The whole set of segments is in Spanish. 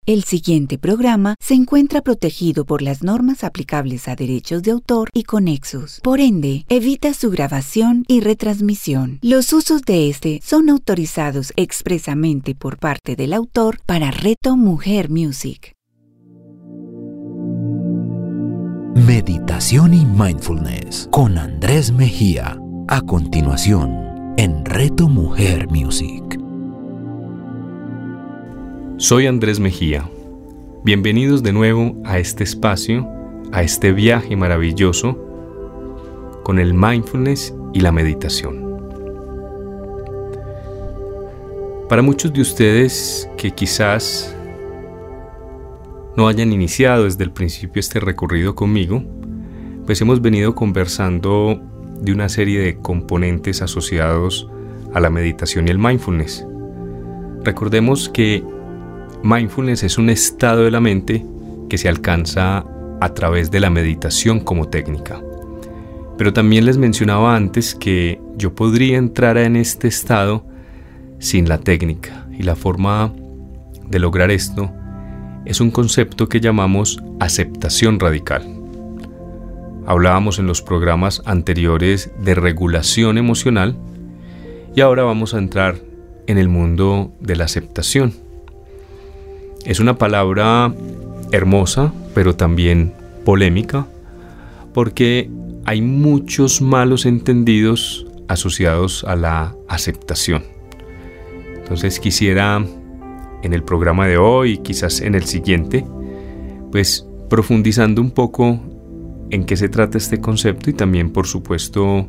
El siguiente programa se encuentra protegido por las normas aplicables a derechos de autor y conexos. Por ende, evita su grabación y retransmisión. Los usos de este son autorizados expresamente por parte del autor para Reto Mujer Music. Meditación y Mindfulness con Andrés Mejía. A continuación, en Reto Mujer Music. Soy Andrés Mejía. Bienvenidos de nuevo a este espacio, a este viaje maravilloso con el mindfulness y la meditación. Para muchos de ustedes que quizás no hayan iniciado desde el principio este recorrido conmigo, pues hemos venido conversando de una serie de componentes asociados a la meditación y el mindfulness. Recordemos que mindfulness es un estado de la mente que se alcanza a través de la meditación como técnica. Pero también les mencionaba antes que yo podría entrar en este estado sin la técnica, y la forma de lograr esto es un concepto que llamamos aceptación radical. Hablábamos en los programas anteriores de regulación emocional y ahora vamos a entrar en el mundo de la aceptación. Es una palabra hermosa, pero también polémica, porque hay muchos malos entendidos asociados a la aceptación. Entonces quisiera en el programa de hoy, quizás en el siguiente, pues profundizando un poco en qué se trata este concepto y también, por supuesto,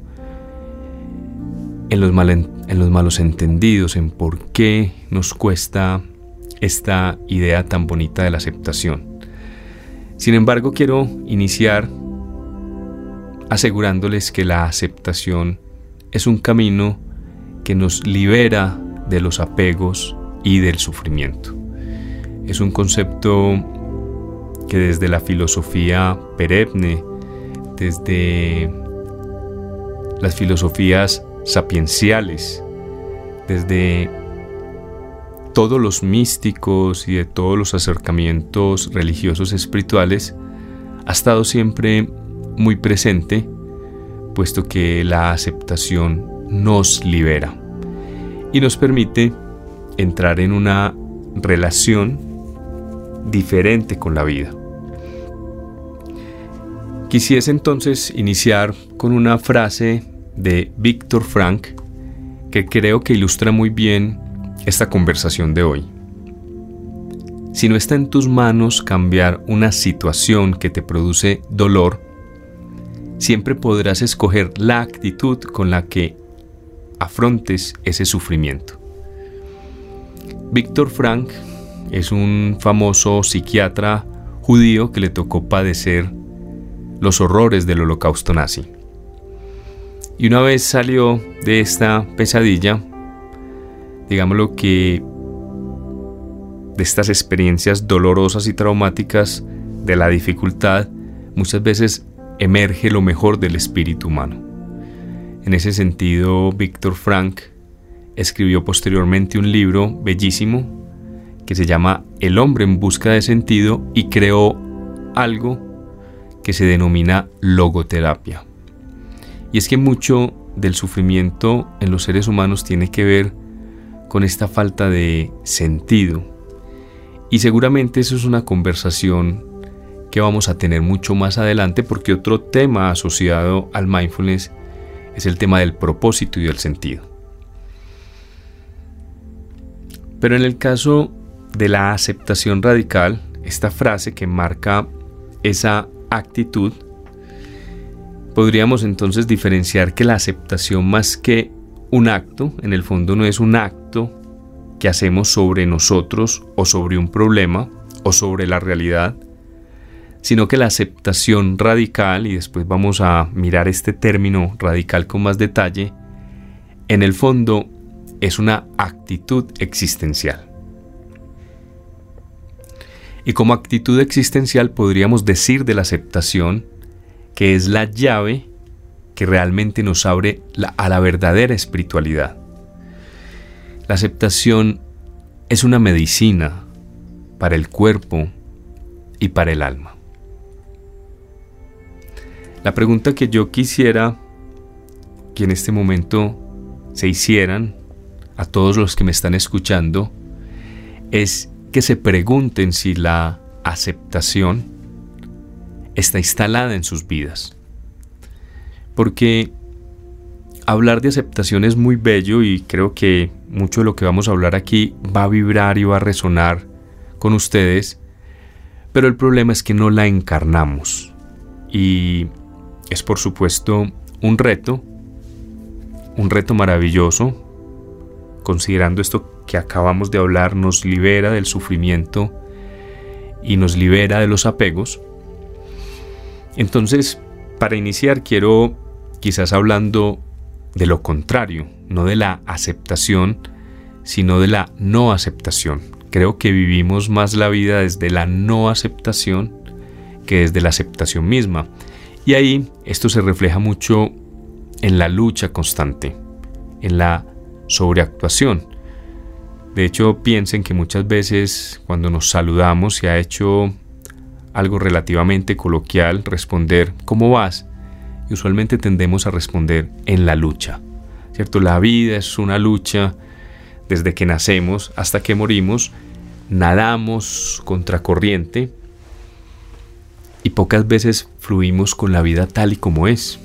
en los malos entendidos, en por qué nos cuesta esta idea tan bonita de la aceptación. Sin embargo, quiero iniciar asegurándoles que la aceptación es un camino que nos libera de los apegos y del sufrimiento. Es un concepto que desde la filosofía perenne, desde las filosofías sapienciales, desde todos los místicos y de todos los acercamientos religiosos espirituales, ha estado siempre muy presente, puesto que la aceptación nos libera y nos permite entrar en una relación diferente con la vida. Quisiese entonces iniciar con una frase de Viktor Frankl que creo que ilustra muy bien esta conversación de hoy. Si no está en tus manos cambiar una situación que te produce dolor, siempre podrás escoger la actitud con la que afrontes ese sufrimiento. Viktor Frankl es un famoso psiquiatra judío que le tocó padecer los horrores del Holocausto nazi. Y una vez salió de esta pesadilla, digámoslo que de estas experiencias dolorosas y traumáticas, de la dificultad, muchas veces emerge lo mejor del espíritu humano. En ese sentido, Viktor Frankl escribió posteriormente un libro bellísimo que se llama El hombre en busca de sentido y creó algo que se denomina logoterapia. Y es que mucho del sufrimiento en los seres humanos tiene que ver con esta falta de sentido. Y seguramente eso es una conversación que vamos a tener mucho más adelante, porque otro tema asociado al mindfulness es el tema del propósito y del sentido. Pero en el caso de la aceptación radical, esta frase que marca esa actitud, podríamos entonces diferenciar que la aceptación, más que un acto, en el fondo no es un acto que hacemos sobre nosotros o sobre un problema o sobre la realidad, sino que la aceptación radical, y después vamos a mirar este término radical con más detalle, en el fondo es una actitud existencial. Y como actitud existencial podríamos decir de la aceptación que es la llave que realmente nos abre a la verdadera espiritualidad. La aceptación es una medicina para el cuerpo y para el alma. La pregunta que yo quisiera que en este momento se hicieran a todos los que me están escuchando es que se pregunten si la aceptación está instalada en sus vidas. Porque hablar de aceptación es muy bello y creo que mucho de lo que vamos a hablar aquí va a vibrar y va a resonar con ustedes, pero el problema es que no la encarnamos y es por supuesto un reto maravilloso. Considerando esto que acabamos de hablar, nos libera del sufrimiento y nos libera de los apegos. Entonces, para iniciar, quiero quizás hablando de lo contrario, no de la aceptación, sino de la no aceptación. Creo que vivimos más la vida desde la no aceptación que desde la aceptación misma. Y ahí esto se refleja mucho en la lucha constante, en la sobreactuación. De hecho, piensen que muchas veces cuando nos saludamos se ha hecho algo relativamente coloquial responder ¿cómo vas? Y usualmente tendemos a responder en la lucha, ¿cierto? La vida es una lucha desde que nacemos hasta que morimos, nadamos contracorriente y pocas veces fluimos con la vida tal y como es.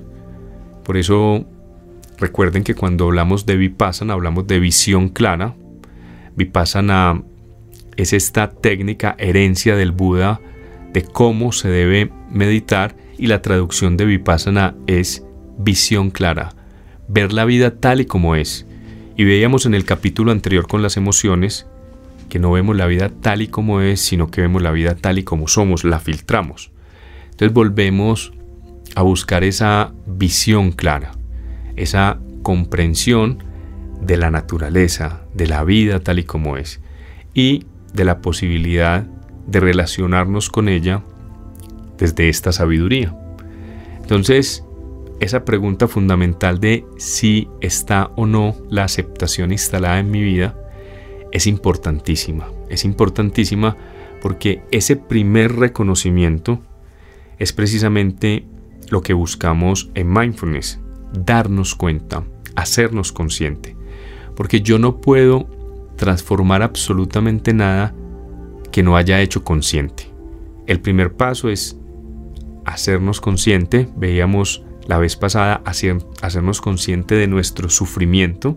Por eso recuerden que cuando hablamos de Vipassana, hablamos de visión clara. Vipassana es esta técnica, herencia del Buda, de cómo se debe meditar, y la traducción de Vipassana es visión clara, ver la vida tal y como es. Y veíamos en el capítulo anterior con las emociones que no vemos la vida tal y como es, sino que vemos la vida tal y como somos, la filtramos. Entonces volvemos a buscar esa visión clara, esa comprensión de la naturaleza, de la vida tal y como es, y de la posibilidad de relacionarnos con ella desde esta sabiduría. Entonces, esa pregunta fundamental de si está o no la aceptación instalada en mi vida es importantísima. Es importantísima porque ese primer reconocimiento es precisamente lo que buscamos en mindfulness, darnos cuenta, hacernos consciente. Porque yo no puedo transformar absolutamente nada que no haya hecho consciente. El primer paso es hacernos consciente. Veíamos la vez pasada hacernos consciente de nuestro sufrimiento,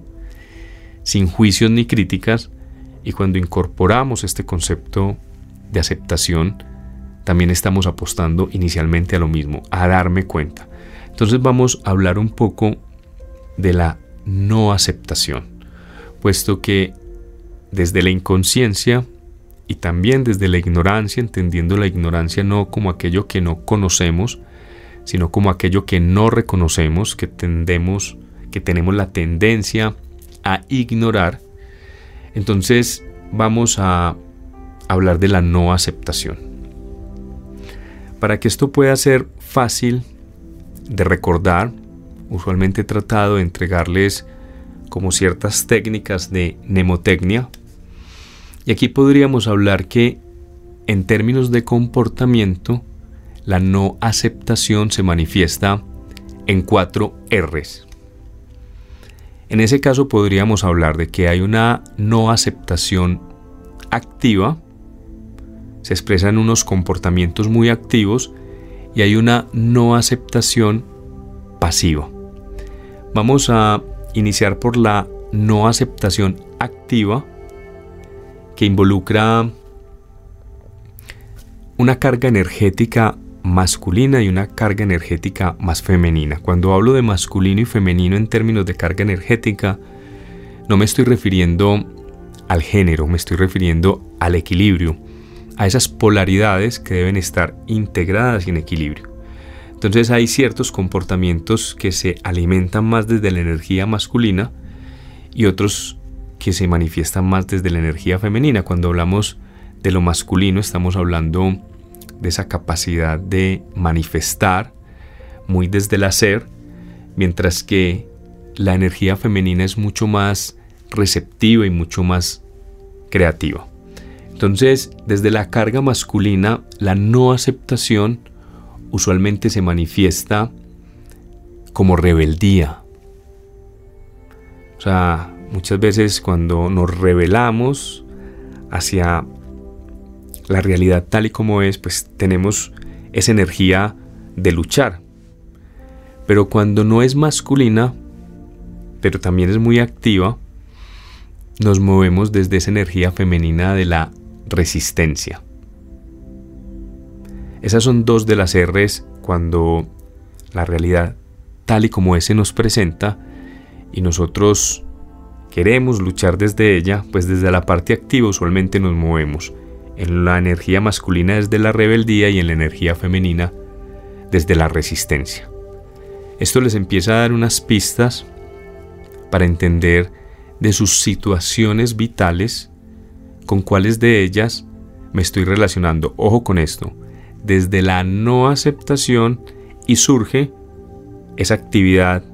sin juicios ni críticas, y cuando incorporamos este concepto de aceptación, también estamos apostando inicialmente a lo mismo, a darme cuenta. Entonces vamos a hablar un poco de la no aceptación, puesto que desde la inconsciencia y también desde la ignorancia, entendiendo la ignorancia no como aquello que no conocemos, sino como aquello que no reconocemos, que tenemos la tendencia a ignorar. Entonces vamos a hablar de la no aceptación. Para que esto pueda ser fácil de recordar, usualmente he tratado de entregarles como ciertas técnicas de mnemotecnia. Y aquí podríamos hablar que en términos de comportamiento, la no aceptación se manifiesta en 4 R's. En ese caso podríamos hablar de que hay una no aceptación activa, se expresa en unos comportamientos muy activos, y hay una no aceptación pasiva. Vamos a iniciar por la no aceptación activa, que involucra una carga energética masculina y una carga energética más femenina. Cuando hablo de masculino y femenino en términos de carga energética, no me estoy refiriendo al género, me estoy refiriendo al equilibrio, a esas polaridades que deben estar integradas y en equilibrio. Entonces hay ciertos comportamientos que se alimentan más desde la energía masculina y otros que se manifiestan más desde la energía femenina. Cuando hablamos de lo masculino, estamos hablando de esa capacidad de manifestar muy desde el hacer, mientras que la energía femenina es mucho más receptiva y mucho más creativa. Entonces, desde la carga masculina, la no aceptación usualmente se manifiesta como rebeldía. O sea, muchas veces cuando nos rebelamos hacia la realidad tal y como es, pues tenemos esa energía de luchar. Pero cuando no es masculina, pero también es muy activa, nos movemos desde esa energía femenina de la resistencia. Esas son dos de las R's cuando la realidad tal y como es se nos presenta y nosotros queremos luchar desde ella, pues desde la parte activa usualmente nos movemos. En la energía masculina desde la rebeldía y en la energía femenina desde la resistencia. Esto les empieza a dar unas pistas para entender de sus situaciones vitales con cuáles de ellas me estoy relacionando. Ojo con esto, desde la no aceptación y surge esa actividad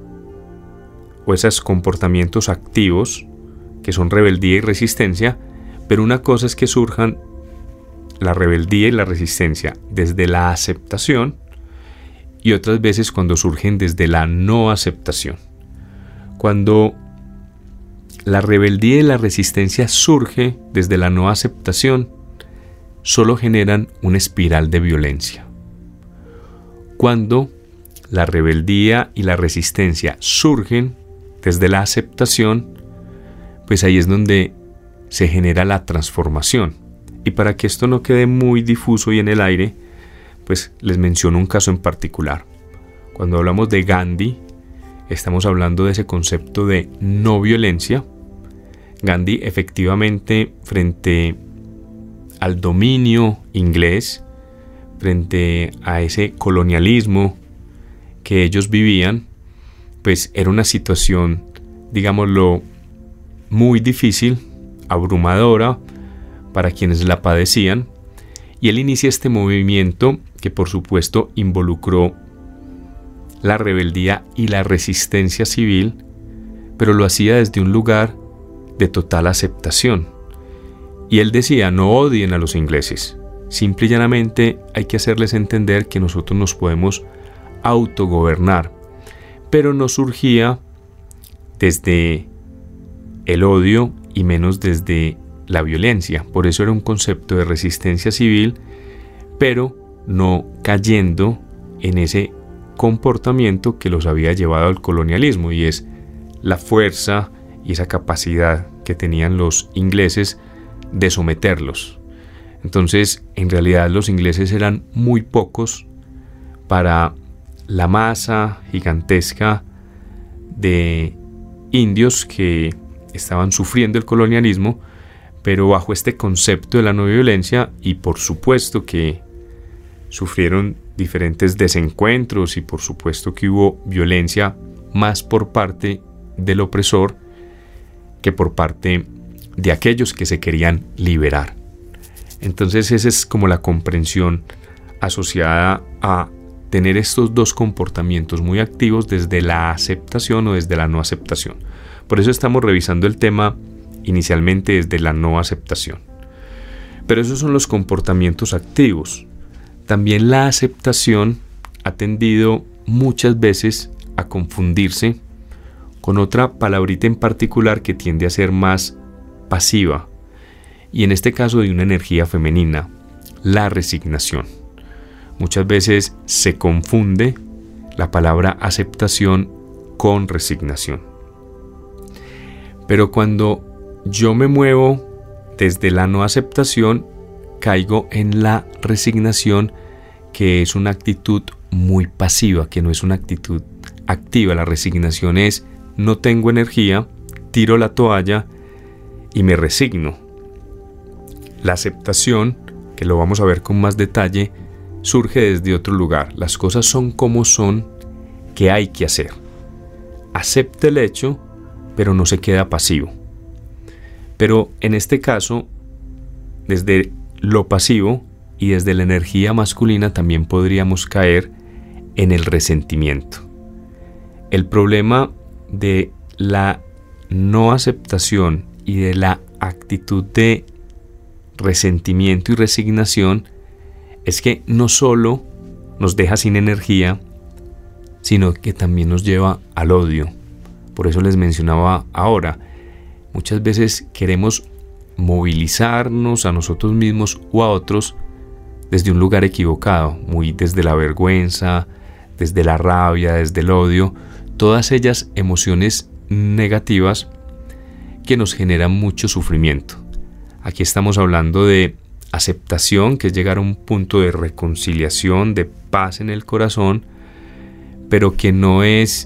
o esos comportamientos activos que son rebeldía y resistencia, pero una cosa es que surjan la rebeldía y la resistencia desde la aceptación y otras veces cuando surgen desde la no aceptación. Cuando la rebeldía y la resistencia surge desde la no aceptación, solo generan una espiral de violencia. Cuando la rebeldía y la resistencia surgen desde la aceptación, pues ahí es donde se genera la transformación. Y para que esto no quede muy difuso y en el aire, pues les menciono un caso en particular. Cuando hablamos de Gandhi, estamos hablando de ese concepto de no violencia. Gandhi efectivamente, frente al dominio inglés, frente a ese colonialismo que ellos vivían, pues era una situación, digámoslo, muy difícil, abrumadora para quienes la padecían, y él inicia este movimiento que por supuesto involucró la rebeldía y la resistencia civil, pero lo hacía desde un lugar de total aceptación. Y él decía, no odien a los ingleses, simple y llanamente hay que hacerles entender que nosotros nos podemos autogobernar, pero no surgía desde el odio y menos desde la violencia. Por eso era un concepto de resistencia civil, pero no cayendo en ese comportamiento que los había llevado al colonialismo, y es la fuerza y esa capacidad que tenían los ingleses de someterlos. Entonces, en realidad los ingleses eran muy pocos para la masa gigantesca de indios que estaban sufriendo el colonialismo, pero bajo este concepto de la no violencia, y por supuesto que sufrieron diferentes desencuentros y por supuesto que hubo violencia más por parte del opresor que por parte de aquellos que se querían liberar. Entonces esa es como la comprensión asociada a tener estos dos comportamientos muy activos desde la aceptación o desde la no aceptación. Por eso estamos revisando el tema inicialmente desde la no aceptación. Pero esos son los comportamientos activos. También la aceptación ha tendido muchas veces a confundirse con otra palabrita en particular que tiende a ser más pasiva, y en este caso de una energía femenina, la resignación. Muchas veces se confunde la palabra aceptación con resignación. Pero cuando yo me muevo desde la no aceptación, caigo en la resignación, que es una actitud muy pasiva, que no es una actitud activa. La resignación es: no tengo energía, tiro la toalla y me resigno. La aceptación, que lo vamos a ver con más detalle, surge desde otro lugar. Las cosas son como son, ¿qué hay que hacer? Acepta el hecho, pero no se queda pasivo. Pero en este caso, desde lo pasivo y desde la energía masculina también podríamos caer en el resentimiento. El problema de la no aceptación y de la actitud de resentimiento y resignación es que no solo nos deja sin energía, sino que también nos lleva al odio. Por eso les mencionaba ahora, muchas veces queremos movilizarnos a nosotros mismos o a otros desde un lugar equivocado, muy desde la vergüenza, desde la rabia, desde el odio, todas ellas emociones negativas que nos generan mucho sufrimiento. Aquí estamos hablando de aceptación, que es llegar a un punto de reconciliación, de paz en el corazón, pero que no es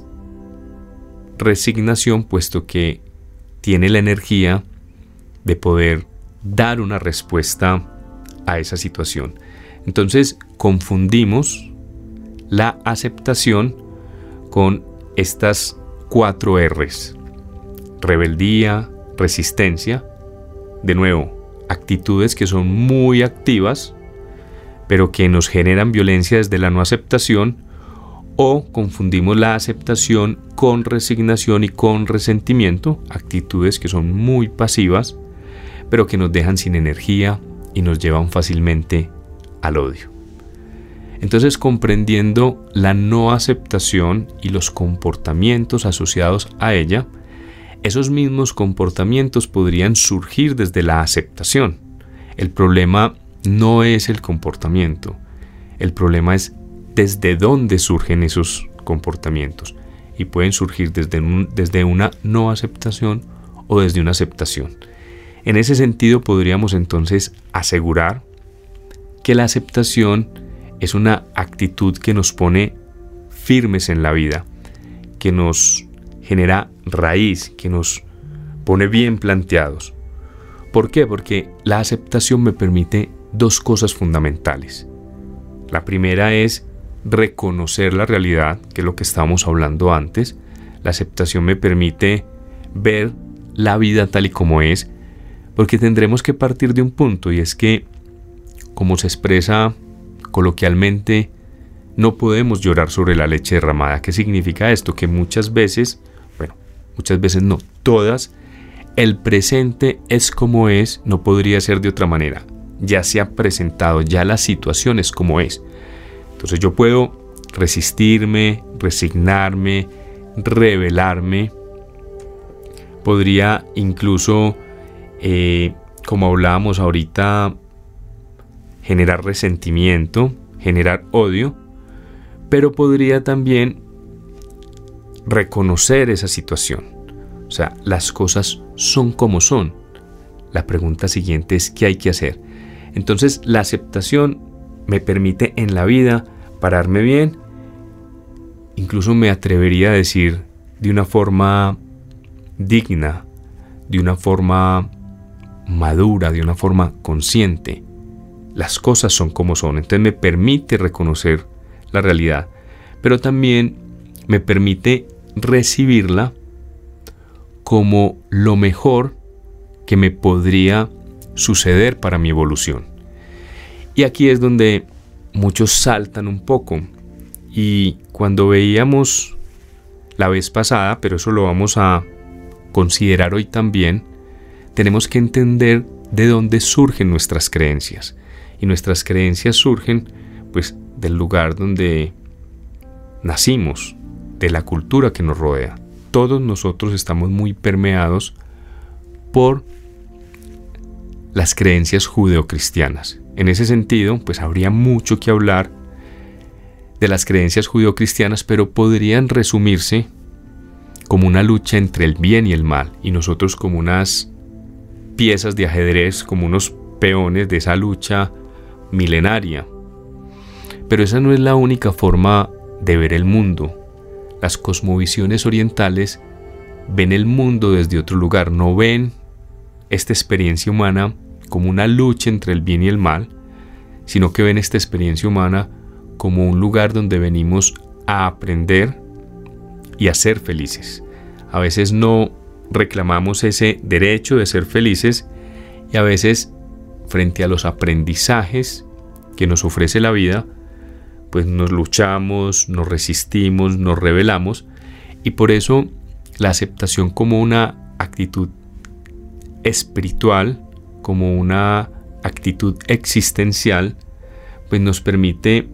resignación, puesto que tiene la energía de poder dar una respuesta a esa situación. Entonces confundimos la aceptación con estas 4 R's: rebeldía, resistencia, de nuevo, actitudes que son muy activas, pero que nos generan violencia desde la no aceptación, o confundimos la aceptación con resignación y con resentimiento, actitudes que son muy pasivas, pero que nos dejan sin energía y nos llevan fácilmente al odio. Entonces, comprendiendo la no aceptación y los comportamientos asociados a ella, esos mismos comportamientos podrían surgir desde la aceptación. El problema no es el comportamiento, el problema es desde dónde surgen esos comportamientos, y pueden surgir desde una no aceptación o desde una aceptación. En ese sentido, podríamos entonces asegurar que la aceptación es una actitud que nos pone firmes en la vida, que nos genera raíz, que nos pone bien planteados. ¿Por qué? Porque la aceptación me permite 2 cosas fundamentales. La primera es reconocer la realidad, que es lo que estábamos hablando antes. La aceptación me permite ver la vida tal y como es, porque tendremos que partir de un punto, y es que, como se expresa coloquialmente, no podemos llorar sobre la leche derramada. ¿Qué significa esto? Que muchas veces no, todas, el presente es como es, no podría ser de otra manera. Ya se ha presentado, ya la situación es como es. Entonces yo puedo resistirme, resignarme, rebelarme. Podría incluso, como hablábamos ahorita, generar resentimiento, generar odio, pero podría también reconocer esa situación. O sea, las cosas son como son. La pregunta siguiente es ¿qué hay que hacer? Entonces, la aceptación me permite en la vida pararme bien, incluso me atrevería a decir de una forma digna, de una forma madura, de una forma consciente. Las cosas son como son, entonces me permite reconocer la realidad, pero también me permite recibirla como lo mejor que me podría suceder para mi evolución. Y aquí es donde muchos saltan un poco, y cuando veíamos la vez pasada, pero eso lo vamos a considerar hoy también, tenemos que entender de dónde surgen nuestras creencias. Y nuestras creencias surgen pues del lugar donde nacimos, de la cultura que nos rodea. Todos nosotros estamos muy permeados por las creencias judeocristianas. En ese sentido, pues habría mucho que hablar de las creencias judeocristianas, pero podrían resumirse como una lucha entre el bien y el mal, y nosotros como unas piezas de ajedrez, como unos peones de esa lucha milenaria. Pero esa no es la única forma de ver el mundo. Las cosmovisiones orientales ven el mundo desde otro lugar, no ven esta experiencia humana como una lucha entre el bien y el mal, sino que ven esta experiencia humana como un lugar donde venimos a aprender y a ser felices. A veces no reclamamos ese derecho de ser felices, y a veces frente a los aprendizajes que nos ofrece la vida, pues nos luchamos, nos resistimos, nos rebelamos, y por eso la aceptación como una actitud espiritual, como una actitud existencial, pues nos permite,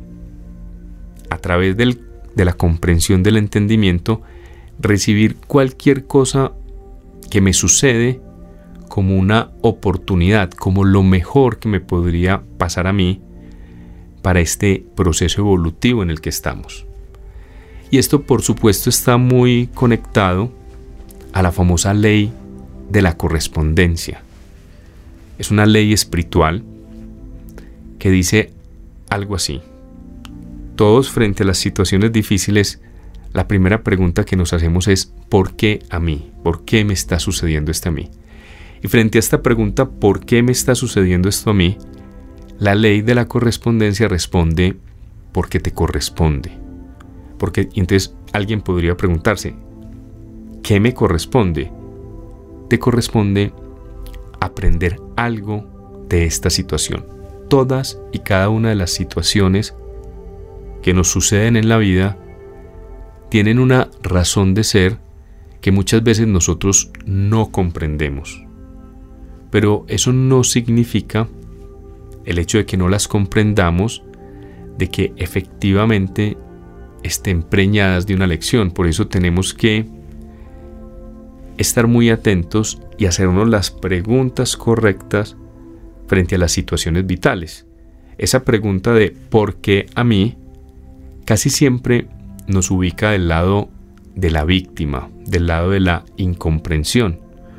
a través de la comprensión del entendimiento, recibir cualquier cosa que me sucede como una oportunidad, como lo mejor que me podría pasar a mí para este proceso evolutivo en el que estamos. Y esto, por supuesto, está muy conectado a la famosa ley de la correspondencia. Es una ley espiritual que dice algo así: todos, frente a las situaciones difíciles, la primera pregunta que nos hacemos es ¿por qué a mí? ¿Por qué me está sucediendo esto a mí? Y frente a esta pregunta, ¿por qué me está sucediendo esto a mí?, la ley de la correspondencia responde porque te corresponde. Porque entonces alguien podría preguntarse, ¿qué me corresponde? Te corresponde aprender algo de esta situación. Todas y cada una de las situaciones que nos suceden en la vida tienen una razón de ser que muchas veces nosotros no comprendemos. Pero eso no significa, el hecho de que no las comprendamos, de que efectivamente estén preñadas de una lección. Por eso tenemos que estar muy atentos y hacernos las preguntas correctas frente a las situaciones vitales. Esa pregunta de ¿por qué a mí? Casi siempre nos ubica del lado de la víctima, del lado de la incomprensión.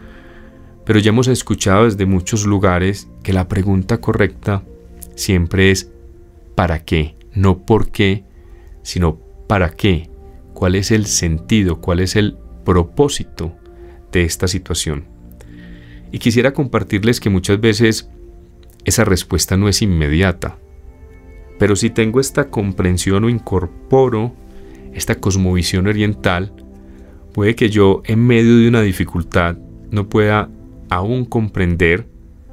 Pero ya hemos escuchado desde muchos lugares que la pregunta correcta siempre es ¿para qué? No por qué, sino ¿para qué? ¿Cuál es el sentido? ¿Cuál es el propósito de esta situación? Y quisiera compartirles que muchas veces esa respuesta no es inmediata. Pero si tengo esta comprensión o incorporo esta cosmovisión oriental, puede que yo en medio de una dificultad no pueda aún comprender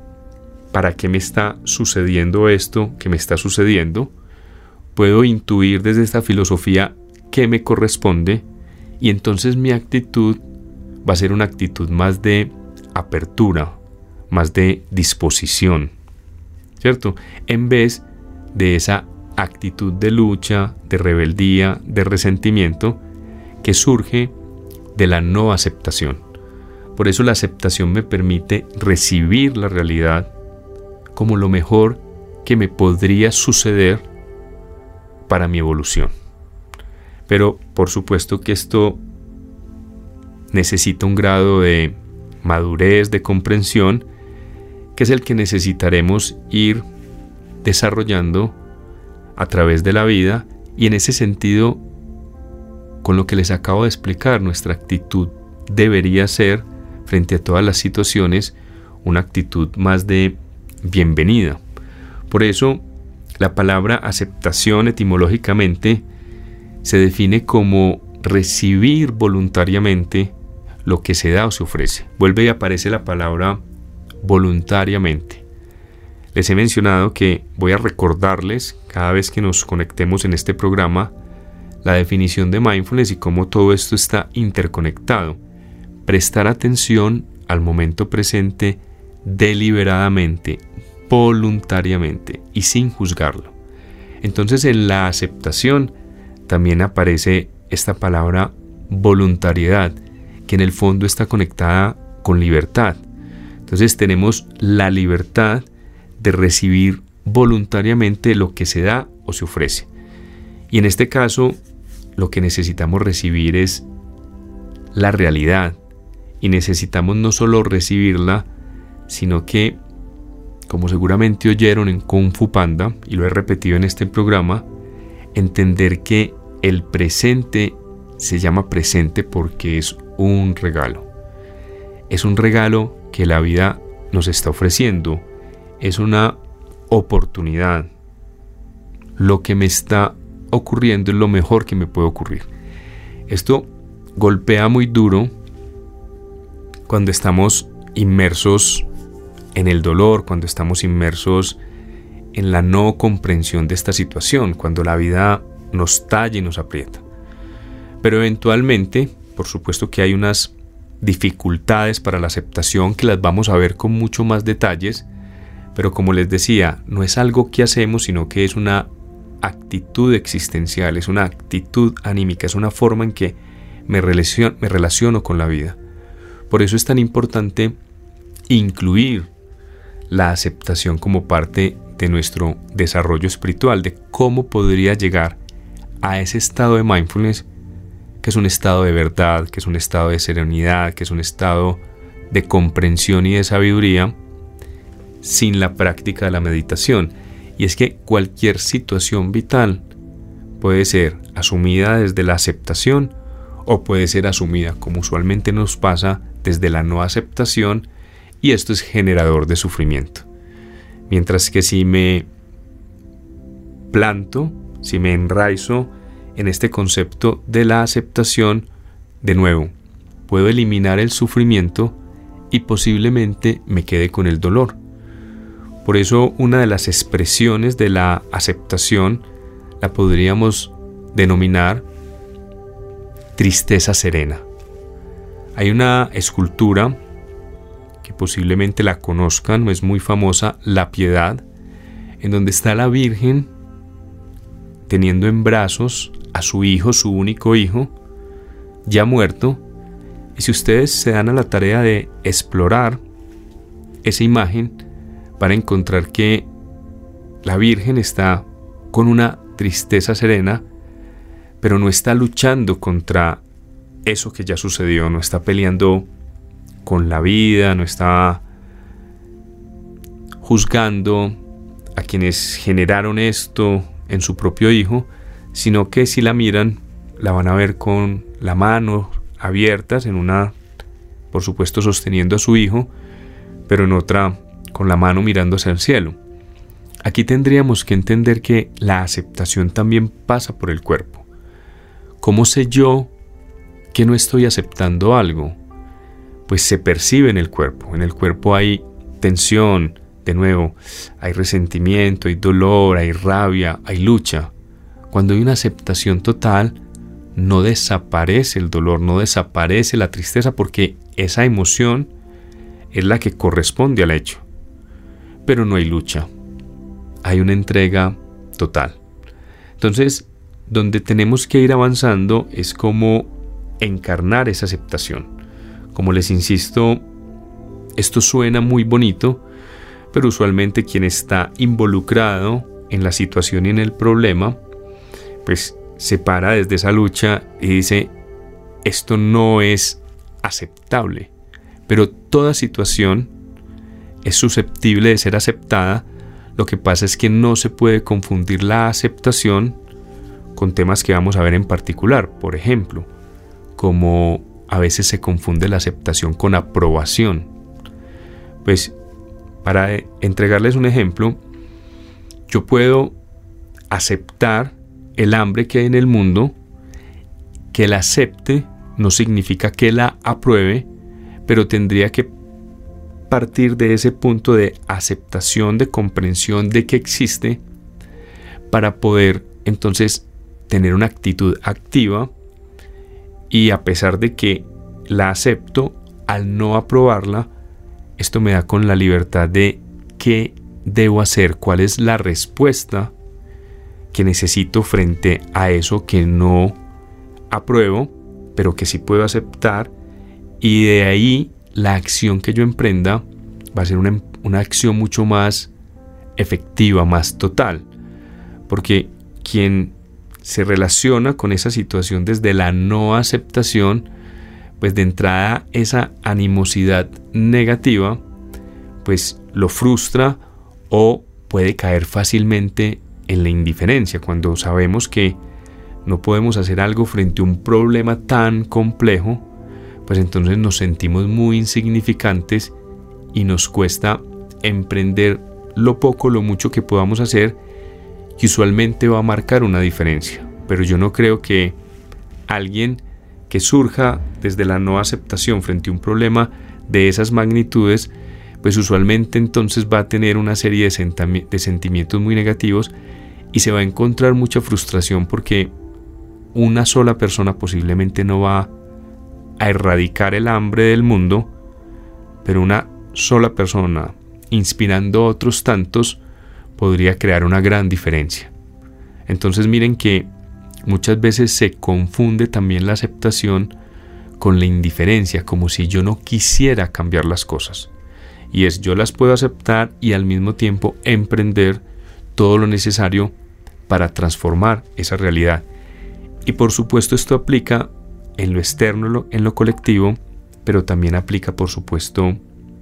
para qué me está sucediendo esto que me está sucediendo. Puedo intuir desde esta filosofía qué me corresponde y entonces mi actitud va a ser una actitud más de apertura, más de disposición, ¿cierto? En vez de esa actitud de lucha, de rebeldía, de resentimiento que surge de la no aceptación. Por eso la aceptación me permite recibir la realidad como lo mejor que me podría suceder para mi evolución. Pero por supuesto que esto necesita un grado de madurez, de comprensión, que es el que necesitaremos ir desarrollando a través de la vida. Y en ese sentido, con lo que les acabo de explicar, nuestra actitud debería ser, frente a todas las situaciones, una actitud más de bienvenida. Por eso, la palabra aceptación etimológicamente se define como recibir voluntariamente lo que se da o se ofrece. Vuelve y aparece la palabra voluntariamente. Les he mencionado que voy a recordarles cada vez que nos conectemos en este programa la definición de mindfulness y cómo todo esto está interconectado. Prestar atención al momento presente deliberadamente, voluntariamente y sin juzgarlo. Entonces en la aceptación también aparece esta palabra voluntariedad, que en el fondo está conectada con libertad. Entonces tenemos la libertad de recibir voluntariamente lo que se da o se ofrece. Y en este caso, lo que necesitamos recibir es la realidad. Y necesitamos no solo recibirla, sino que, como seguramente oyeron en Kung Fu Panda, y lo he repetido en este programa, entender que el presente se llama presente porque es un regalo. Es un regalo que la vida nos está ofreciendo. Es una oportunidad. Lo que me está ocurriendo es lo mejor que me puede ocurrir. Esto golpea muy duro cuando estamos inmersos en el dolor, cuando estamos inmersos en la no comprensión de esta situación, cuando la vida nos talla y nos aprieta. Pero eventualmente, por supuesto que hay unas dificultades para la aceptación que las vamos a ver con mucho más detalles, Pero como les decía, no es algo que hacemos, sino que es una actitud existencial, es una actitud anímica, es una forma en que me relaciono con la vida. Por eso es tan importante incluir la aceptación como parte de nuestro desarrollo espiritual, de cómo podría llegar a ese estado de mindfulness, que es un estado de verdad, que es un estado de serenidad, que es un estado de comprensión y de sabiduría, sin la práctica de la meditación. Y es que cualquier situación vital puede ser asumida desde la aceptación o puede ser asumida, como usualmente nos pasa, desde la no aceptación, y esto es generador de sufrimiento. Mientras que si me planto, si me enraizo en este concepto de la aceptación, de nuevo, puedo eliminar el sufrimiento y posiblemente me quede con el dolor. Por eso una de las expresiones de la aceptación la podríamos denominar tristeza serena. Hay una escultura que posiblemente la conozcan, no es muy famosa, La Piedad, en donde está la Virgen teniendo en brazos a su hijo, su único hijo, ya muerto. Y si ustedes se dan a la tarea de explorar esa imagen, van a encontrar que la Virgen está con una tristeza serena, pero no está luchando contra eso que ya sucedió, no está peleando con la vida, no está juzgando a quienes generaron esto en su propio hijo, sino que si la miran, la van a ver con la mano abiertas, en una, por supuesto, sosteniendo a su hijo, pero en otra con la mano mirando hacia el cielo. Aquí tendríamos que entender que la aceptación también pasa por el cuerpo. ¿Cómo sé yo que no estoy aceptando algo? Pues se percibe en el cuerpo. En el cuerpo hay tensión, de nuevo, hay resentimiento, hay dolor, hay rabia, hay lucha. Cuando hay una aceptación total, no desaparece el dolor, no desaparece la tristeza, porque esa emoción es la que corresponde al hecho. Pero no hay lucha, hay una entrega total. Entonces, donde tenemos que ir avanzando es como encarnar esa aceptación. Como les insisto, esto suena muy bonito, pero usualmente quien está involucrado en la situación y en el problema, pues se para desde esa lucha y dice, esto no es aceptable. Pero toda situación es susceptible de ser aceptada. Lo que pasa es que no se puede confundir la aceptación con temas que vamos a ver en particular. Por ejemplo, como a veces se confunde la aceptación con aprobación. Pues para entregarles un ejemplo, yo puedo aceptar el hambre que hay en el mundo. Que la acepte no significa que la apruebe, pero tendría que partir de ese punto de aceptación, de comprensión de que existe, para poder entonces tener una actitud activa. Y a pesar de que la acepto, al no aprobarla, esto me da con la libertad de qué debo hacer, cuál es la respuesta que necesito frente a eso que no apruebo, pero que sí puedo aceptar. Y de ahí la acción que yo emprenda va a ser una acción mucho más efectiva, más total. Porque quien se relaciona con esa situación desde la no aceptación, pues de entrada esa animosidad negativa, pues lo frustra o puede caer fácilmente en la indiferencia. Cuando sabemos que no podemos hacer algo frente a un problema tan complejo, pues entonces nos sentimos muy insignificantes y nos cuesta emprender lo poco, lo mucho que podamos hacer, que usualmente va a marcar una diferencia. Pero yo no creo que alguien que surja desde la no aceptación frente a un problema de esas magnitudes, pues usualmente entonces va a tener una serie de sentimientos muy negativos y se va a encontrar mucha frustración, porque una sola persona posiblemente no va a erradicar el hambre del mundo, pero una sola persona inspirando otros tantos, podría crear una gran diferencia. Entonces miren que muchas veces se confunde también la aceptación con la indiferencia, como si yo no quisiera cambiar las cosas. Y es, yo las puedo aceptar y al mismo tiempo emprender todo lo necesario para transformar esa realidad. Y por supuesto esto aplica en lo externo, en lo colectivo, pero también aplica por supuesto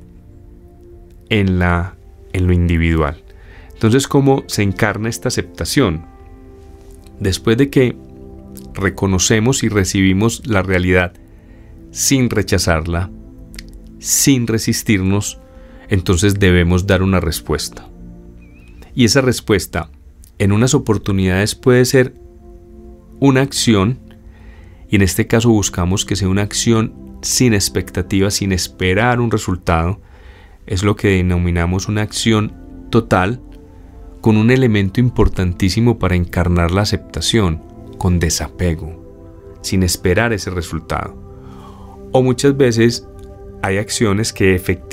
en lo individual. Entonces, ¿cómo se encarna esta aceptación? Después de que reconocemos y recibimos la realidad sin rechazarla, sin resistirnos, entonces debemos dar una respuesta. Y esa respuesta, en unas oportunidades puede ser una acción, y en este caso buscamos que sea una acción sin expectativa, sin esperar un resultado. Es lo que denominamos una acción total, con un elemento importantísimo para encarnar la aceptación, con desapego, sin esperar ese resultado. O muchas veces hay acciones que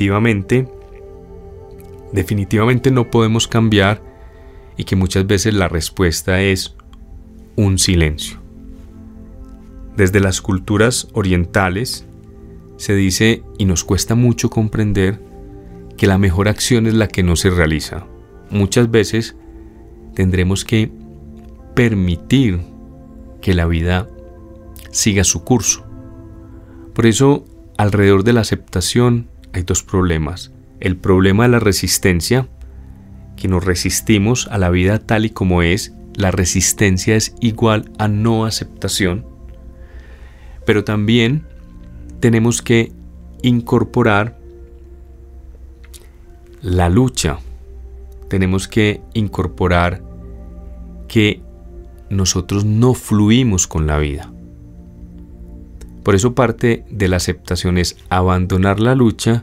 definitivamente no podemos cambiar y que muchas veces la respuesta es un silencio. Desde las culturas orientales se dice, y nos cuesta mucho comprender, que la mejor acción es la que no se realiza. Muchas veces tendremos que permitir que la vida siga su curso. Por eso, alrededor de la aceptación hay dos problemas. El problema de la resistencia, que nos resistimos a la vida tal y como es. La resistencia es igual a no aceptación. Pero también tenemos que incorporar la lucha. Tenemos que incorporar que nosotros no fluimos con la vida. Por eso parte de la aceptación es abandonar la lucha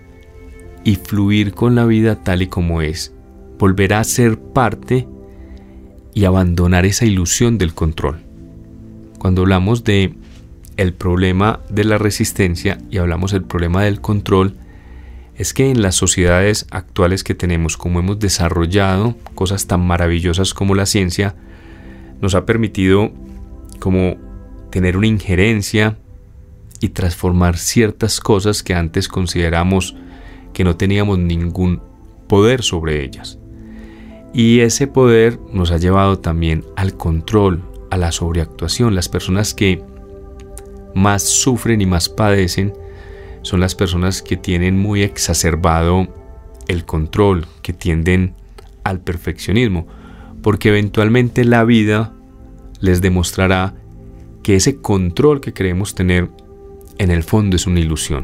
y fluir con la vida tal y como es. Volver a ser parte y abandonar esa ilusión del control. Cuando hablamos de el problema de la resistencia y hablamos del problema del control, es que en las sociedades actuales que tenemos, como hemos desarrollado cosas tan maravillosas como la ciencia, nos ha permitido como tener una injerencia y transformar ciertas cosas que antes consideramos que no teníamos ningún poder sobre ellas. Y ese poder nos ha llevado también al control, a la sobreactuación. Las personas que más sufren y más padecen son las personas que tienen muy exacerbado el control, que tienden al perfeccionismo, porque eventualmente la vida les demostrará que ese control que creemos tener en el fondo es una ilusión.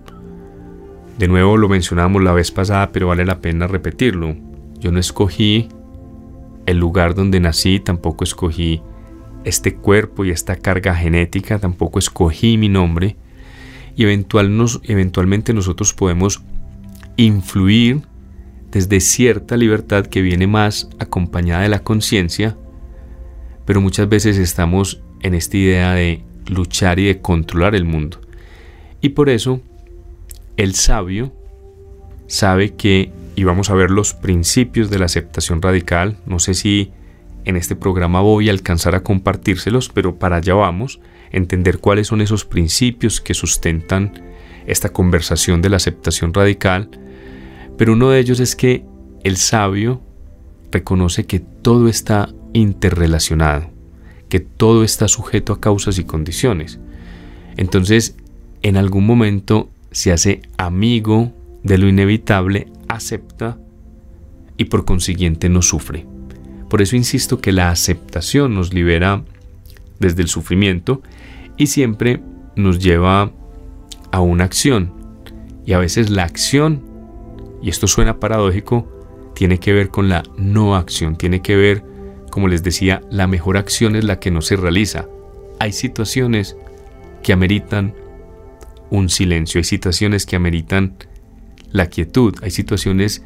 De nuevo lo mencionamos la vez pasada, pero vale la pena repetirlo. Yo no escogí el lugar donde nací, tampoco escogí este cuerpo y esta carga genética, tampoco escogí mi nombre. Y eventualmente nosotros podemos influir desde cierta libertad que viene más acompañada de la conciencia, pero muchas veces estamos en esta idea de luchar y de controlar el mundo. Y por eso el sabio sabe que, y vamos a ver los principios de la aceptación radical, no sé si en este programa voy a alcanzar a compartírselos, pero para allá vamos, entender cuáles son esos principios que sustentan esta conversación de la aceptación radical. Pero uno de ellos es que el sabio reconoce que todo está interrelacionado, que todo está sujeto a causas y condiciones. Entonces, en algún momento se hace amigo de lo inevitable, acepta y por consiguiente no sufre. Por eso insisto que la aceptación nos libera desde el sufrimiento y siempre nos lleva a una acción. Y a veces la acción, y esto suena paradójico, tiene que ver con la no acción, tiene que ver, como les decía, la mejor acción es la que no se realiza. Hay situaciones que ameritan un silencio, hay situaciones que ameritan la quietud, hay situaciones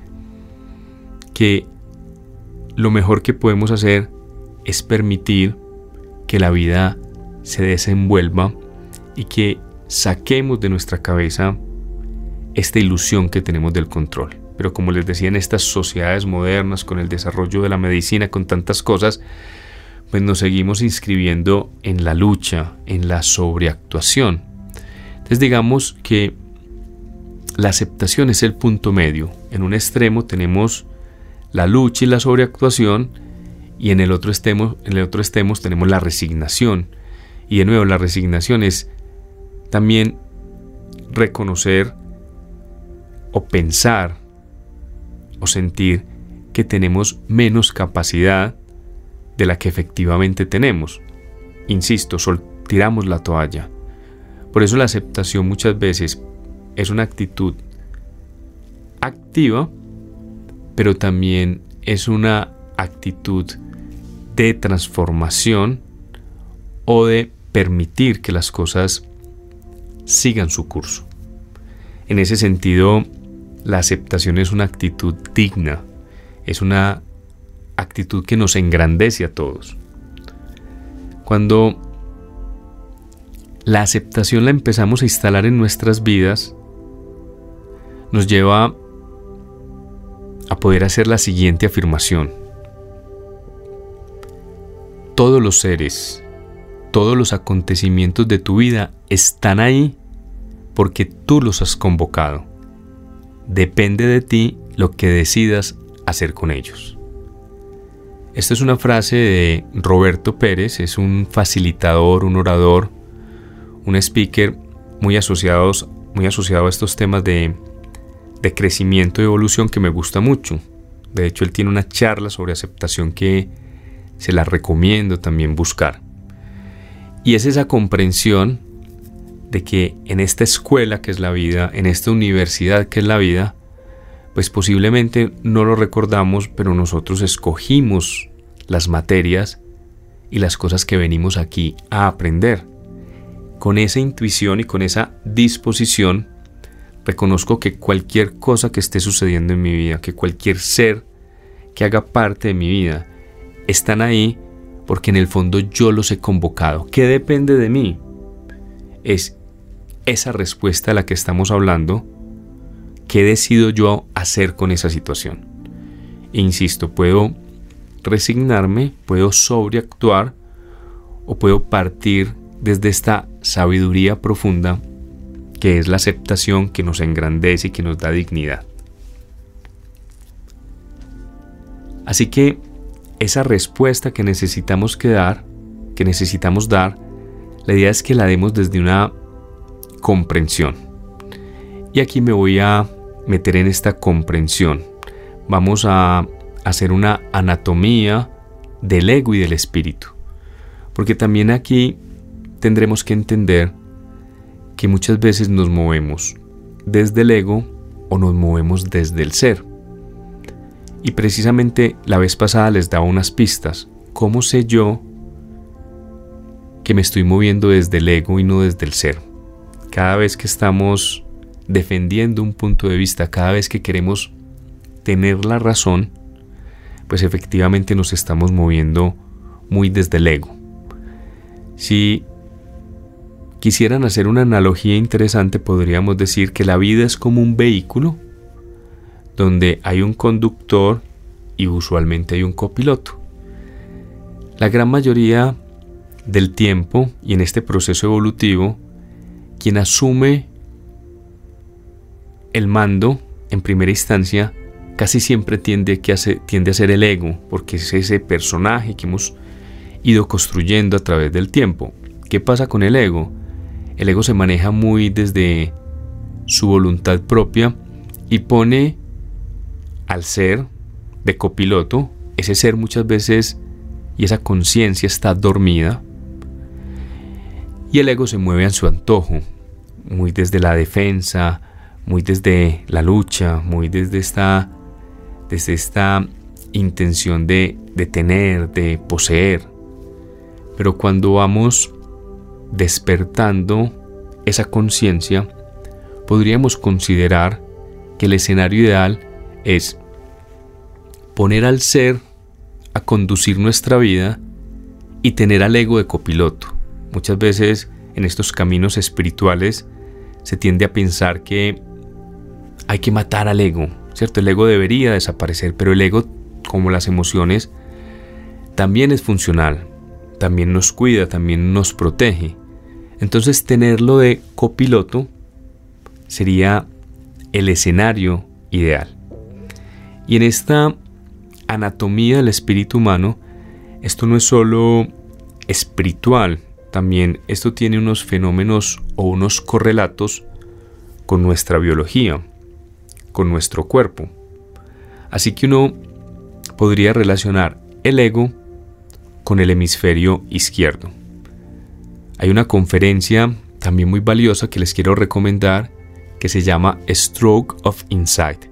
que lo mejor que podemos hacer es permitir que la vida se desenvuelva y que saquemos de nuestra cabeza esta ilusión que tenemos del control. pero como les decía, en estas sociedades modernas, con el desarrollo de la medicina, con tantas cosas, pues nos seguimos inscribiendo en la lucha, en la sobreactuación. Entonces digamos que la aceptación es el punto medio. En un extremo tenemos la lucha y la sobreactuación, y en el otro extremo tenemos la resignación. Y de nuevo, la resignación es también reconocer o pensar o sentir que tenemos menos capacidad de la que efectivamente tenemos. Insisto, tiramos la toalla. Por eso la aceptación muchas veces es una actitud activa, pero también es una actitud de transformación o de permitir que las cosas sigan su curso. En ese sentido, la aceptación es una actitud digna, es una actitud que nos engrandece a todos. Cuando la aceptación la empezamos a instalar en nuestras vidas, nos lleva a poder hacer la siguiente afirmación: todos los seres, todos los acontecimientos de tu vida están ahí porque tú los has convocado. Depende de ti lo que decidas hacer con ellos. Esta es una frase de Roberto Pérez, es un facilitador, un orador, un speaker muy asociado a estos temas de crecimiento y evolución, que me gusta mucho. De hecho, él tiene una charla sobre aceptación que se la recomiendo también buscar. Y es esa comprensión de que en esta escuela que es la vida, en esta universidad que es la vida, pues posiblemente no lo recordamos, pero nosotros escogimos las materias y las cosas que venimos aquí a aprender. Con esa intuición y con esa disposición, reconozco que cualquier cosa que esté sucediendo en mi vida, que cualquier ser que haga parte de mi vida, están ahí porque en el fondo yo los he convocado. ¿Qué depende de mí? Es esa respuesta a la que estamos hablando. ¿Qué decido yo hacer con esa situación? E insisto, puedo resignarme, puedo sobreactuar o puedo partir desde esta sabiduría profunda que es la aceptación, que nos engrandece y que nos da dignidad. Así que esa respuesta que necesitamos dar, la idea es que la demos desde una comprensión. Y aquí me voy a meter en esta comprensión. Vamos a hacer una anatomía del ego y del espíritu. Porque también aquí tendremos que entender que muchas veces nos movemos desde el ego o nos movemos desde el ser. Y precisamente la vez pasada les daba unas pistas. ¿Cómo sé yo que me estoy moviendo desde el ego y no desde el ser? Cada vez que estamos defendiendo un punto de vista, cada vez que queremos tener la razón, pues efectivamente nos estamos moviendo muy desde el ego. Si quisieran hacer una analogía interesante, podríamos decir que la vida es como un vehículo donde hay un conductor y usualmente hay un copiloto. La gran mayoría del tiempo y en este proceso evolutivo, quien asume el mando en primera instancia casi siempre tiende a ser el ego, porque es ese personaje que hemos ido construyendo a través del tiempo. ¿Qué pasa con el ego? El ego se maneja muy desde su voluntad propia y pone al ser de copiloto. Ese ser muchas veces y esa conciencia está dormida y el ego se mueve a su antojo, muy desde la defensa, muy desde la lucha, muy desde esta intención de tener, de poseer. Pero cuando vamos despertando esa conciencia, podríamos considerar que el escenario ideal es poner al ser a conducir nuestra vida y tener al ego de copiloto. Muchas veces en estos caminos espirituales se tiende a pensar que hay que matar al ego, ¿cierto? El ego debería desaparecer, pero el ego, como las emociones, también es funcional, también nos cuida, también nos protege. Entonces tenerlo de copiloto sería el escenario ideal. Y en esta anatomía del espíritu humano, esto no es solo espiritual, también esto tiene unos fenómenos o unos correlatos con nuestra biología, con nuestro cuerpo. Así que uno podría relacionar el ego con el hemisferio izquierdo. Hay una conferencia también muy valiosa que les quiero recomendar que se llama Stroke of Insight,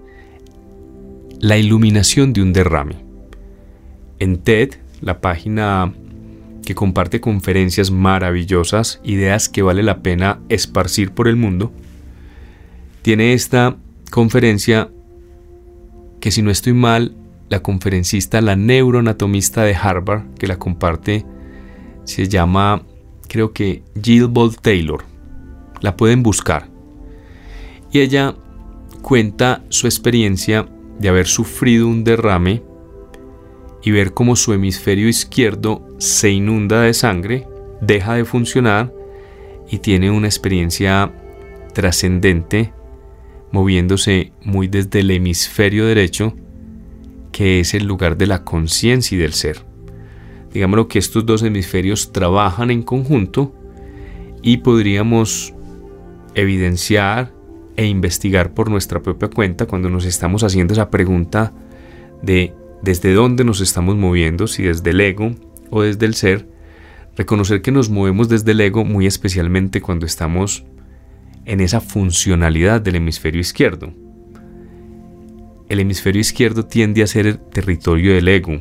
la iluminación de un derrame. En TED, la página que comparte conferencias maravillosas, ideas que vale la pena esparcir por el mundo, tiene esta conferencia que, si no estoy mal, la conferencista, la neuroanatomista de Harvard que la comparte, se llama, creo que Jill Bolte Taylor. La pueden buscar. Y ella cuenta su experiencia de haber sufrido un derrame y ver cómo su hemisferio izquierdo se inunda de sangre, deja de funcionar y tiene una experiencia trascendente, moviéndose muy desde el hemisferio derecho, que es el lugar de la conciencia y del ser. Digámoslo que estos dos hemisferios trabajan en conjunto y podríamos evidenciar e investigar por nuestra propia cuenta cuando nos estamos haciendo esa pregunta de desde dónde nos estamos moviendo, si desde el ego o desde el ser, reconocer que nos movemos desde el ego, muy especialmente cuando estamos en esa funcionalidad del hemisferio izquierdo. El hemisferio izquierdo tiende a ser el territorio del ego.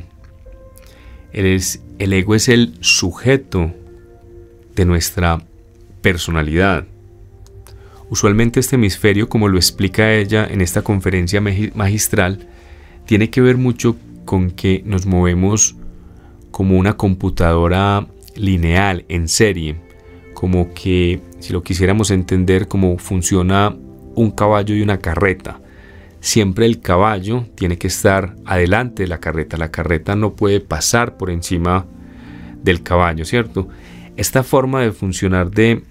El ego es el sujeto de nuestra personalidad. Usualmente este hemisferio, como lo explica ella en esta conferencia magistral, tiene que ver mucho con que nos movemos como una computadora lineal, en serie, como que, si lo quisiéramos entender, como funciona un caballo y una carreta. Siempre el caballo tiene que estar adelante de la carreta no puede pasar por encima del caballo, ¿cierto? Esta forma de funcionar de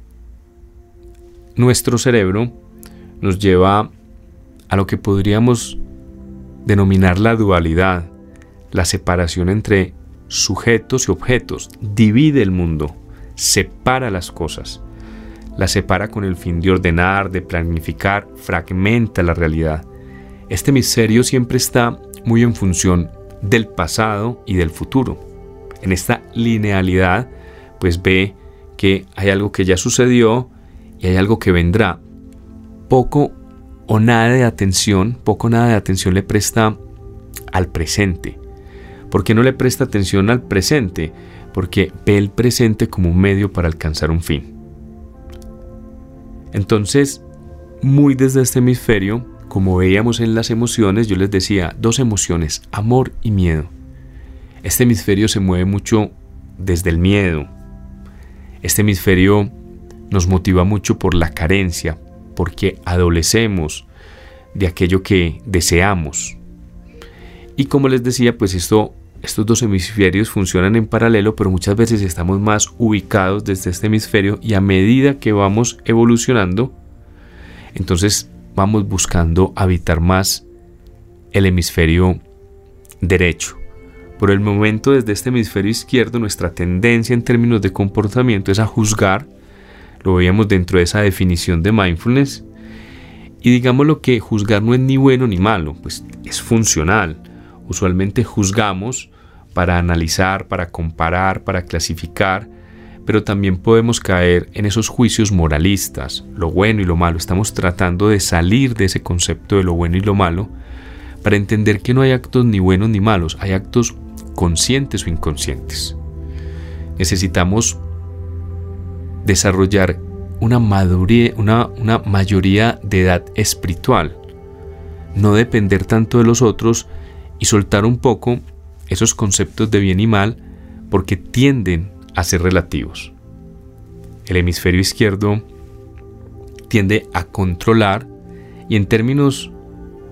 nuestro cerebro nos lleva a lo que podríamos denominar la dualidad, la separación entre sujetos y objetos. Divide el mundo, separa las cosas, las separa con el fin de ordenar, de planificar, fragmenta la realidad. Este hemisferio siempre está muy en función del pasado y del futuro. En esta linealidad, pues ve que hay algo que ya sucedió y hay algo que vendrá. Poco o nada de atención le presta al presente. ¿Por qué no le presta atención al presente? Porque ve el presente como un medio para alcanzar un fin. Entonces, muy desde este hemisferio, como veíamos en las emociones, yo les decía, dos emociones, amor y miedo. Este hemisferio se mueve mucho desde el miedo. Este hemisferio nos motiva mucho por la carencia, porque adolecemos de aquello que deseamos. Y como les decía, pues estos dos hemisferios funcionan en paralelo, pero muchas veces estamos más ubicados desde este hemisferio, y a medida que vamos evolucionando, entonces vamos buscando habitar más el hemisferio derecho. Por el momento, desde este hemisferio izquierdo, nuestra tendencia en términos de comportamiento es a juzgar. Lo veíamos dentro de esa definición de mindfulness. Y digamos lo que juzgar no es ni bueno ni malo, pues es funcional. Usualmente juzgamos para analizar, para comparar, para clasificar, pero también podemos caer en esos juicios moralistas, lo bueno y lo malo. Estamos tratando de salir de ese concepto de lo bueno y lo malo para entender que no hay actos ni buenos ni malos, hay actos conscientes o inconscientes. Necesitamos desarrollar una mayoría de edad espiritual, no depender tanto de los otros y soltar un poco esos conceptos de bien y mal, porque tienden a ser relativos. El hemisferio izquierdo tiende a controlar y, en términos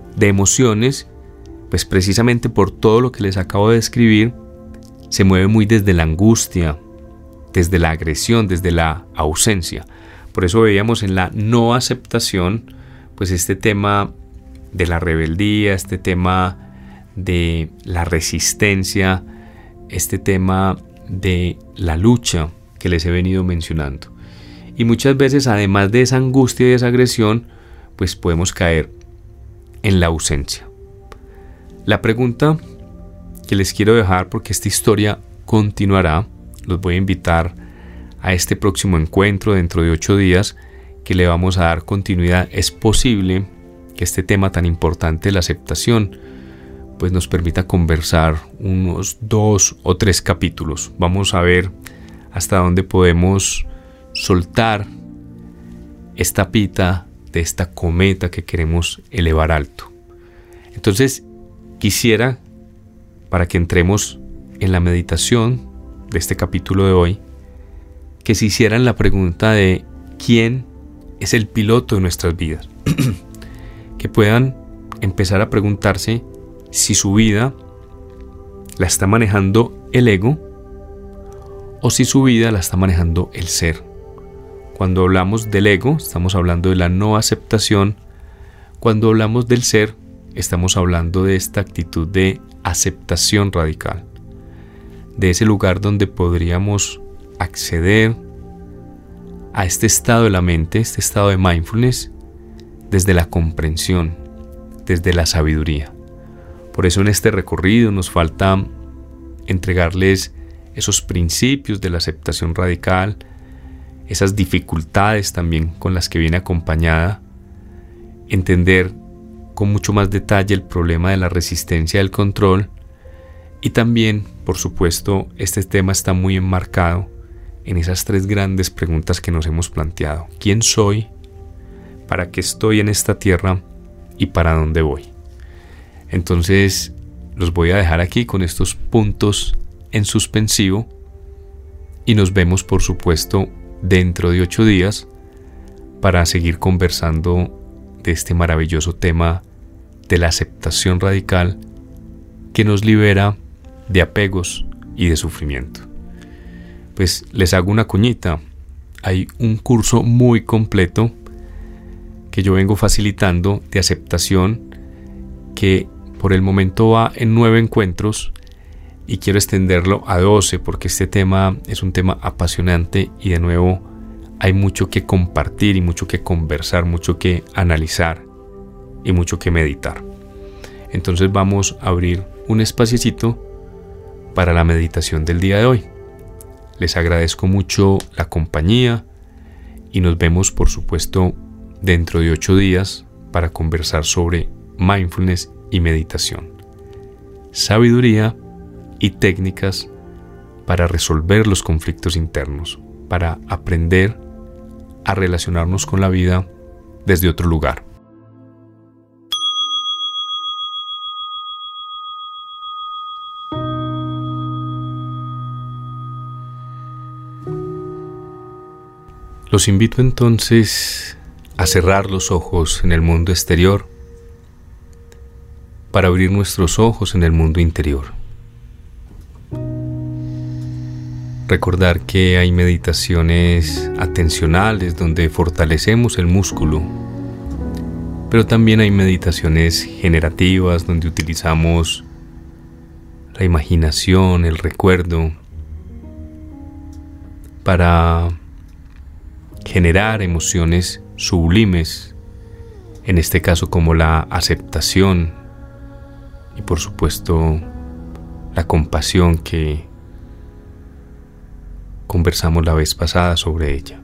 de emociones, pues precisamente por todo lo que les acabo de describir, se mueve muy desde la angustia, desde la agresión, desde la ausencia. Por eso veíamos en la no aceptación, pues este tema de la rebeldía, este tema de la resistencia, este tema de la lucha que les he venido mencionando. Y muchas veces, además de esa angustia y esa agresión, pues podemos caer en la ausencia. La pregunta que les quiero dejar, porque esta historia continuará, los voy a invitar a este próximo encuentro dentro de 8 días que le vamos a dar continuidad. Es posible que este tema tan importante de la aceptación pues nos permita conversar unos 2 o 3 capítulos. Vamos a ver hasta dónde podemos soltar esta pita de esta cometa que queremos elevar alto. Entonces quisiera, para que entremos en la meditación de este capítulo de hoy, que se hicieran la pregunta de ¿quién es el piloto de nuestras vidas? Que puedan empezar a preguntarse si su vida la está manejando el ego o si su vida la está manejando el ser. Cuando hablamos del ego, estamos hablando de la no aceptación. Cuando hablamos del ser, estamos hablando de esta actitud de aceptación radical, de ese lugar donde podríamos acceder a este estado de la mente, este estado de mindfulness, desde la comprensión, desde la sabiduría. Por eso en este recorrido nos falta entregarles esos principios de la aceptación radical, esas dificultades también con las que viene acompañada, entender con mucho más detalle el problema de la resistencia del control y también, por supuesto, este tema está muy enmarcado en esas 3 grandes preguntas que nos hemos planteado. ¿Quién soy? ¿Para qué estoy en esta tierra? ¿Y para dónde voy? Entonces, los voy a dejar aquí con estos puntos en suspensivo y nos vemos, por supuesto, dentro de 8 días para seguir conversando de este maravilloso tema de la aceptación radical que nos libera de apegos y de sufrimiento. Pues les hago una cuñita. Hay un curso muy completo que yo vengo facilitando de aceptación que por el momento va en 9 encuentros y quiero extenderlo a 12 porque este tema es un tema apasionante y de nuevo hay mucho que compartir y mucho que conversar, mucho que analizar y mucho que meditar. Entonces vamos a abrir un espaciecito para la meditación del día de hoy. Les agradezco mucho la compañía y nos vemos, por supuesto, dentro de 8 días para conversar sobre mindfulness y meditación, sabiduría y técnicas para resolver los conflictos internos, para aprender a relacionarnos con la vida desde otro lugar. Los invito entonces a cerrar los ojos en el mundo exterior para abrir nuestros ojos en el mundo interior. Recordar que hay meditaciones atencionales donde fortalecemos el músculo, pero también hay meditaciones generativas donde utilizamos la imaginación, el recuerdo, para generar emociones sublimes, en este caso como la aceptación y por supuesto la compasión que conversamos la vez pasada sobre ella.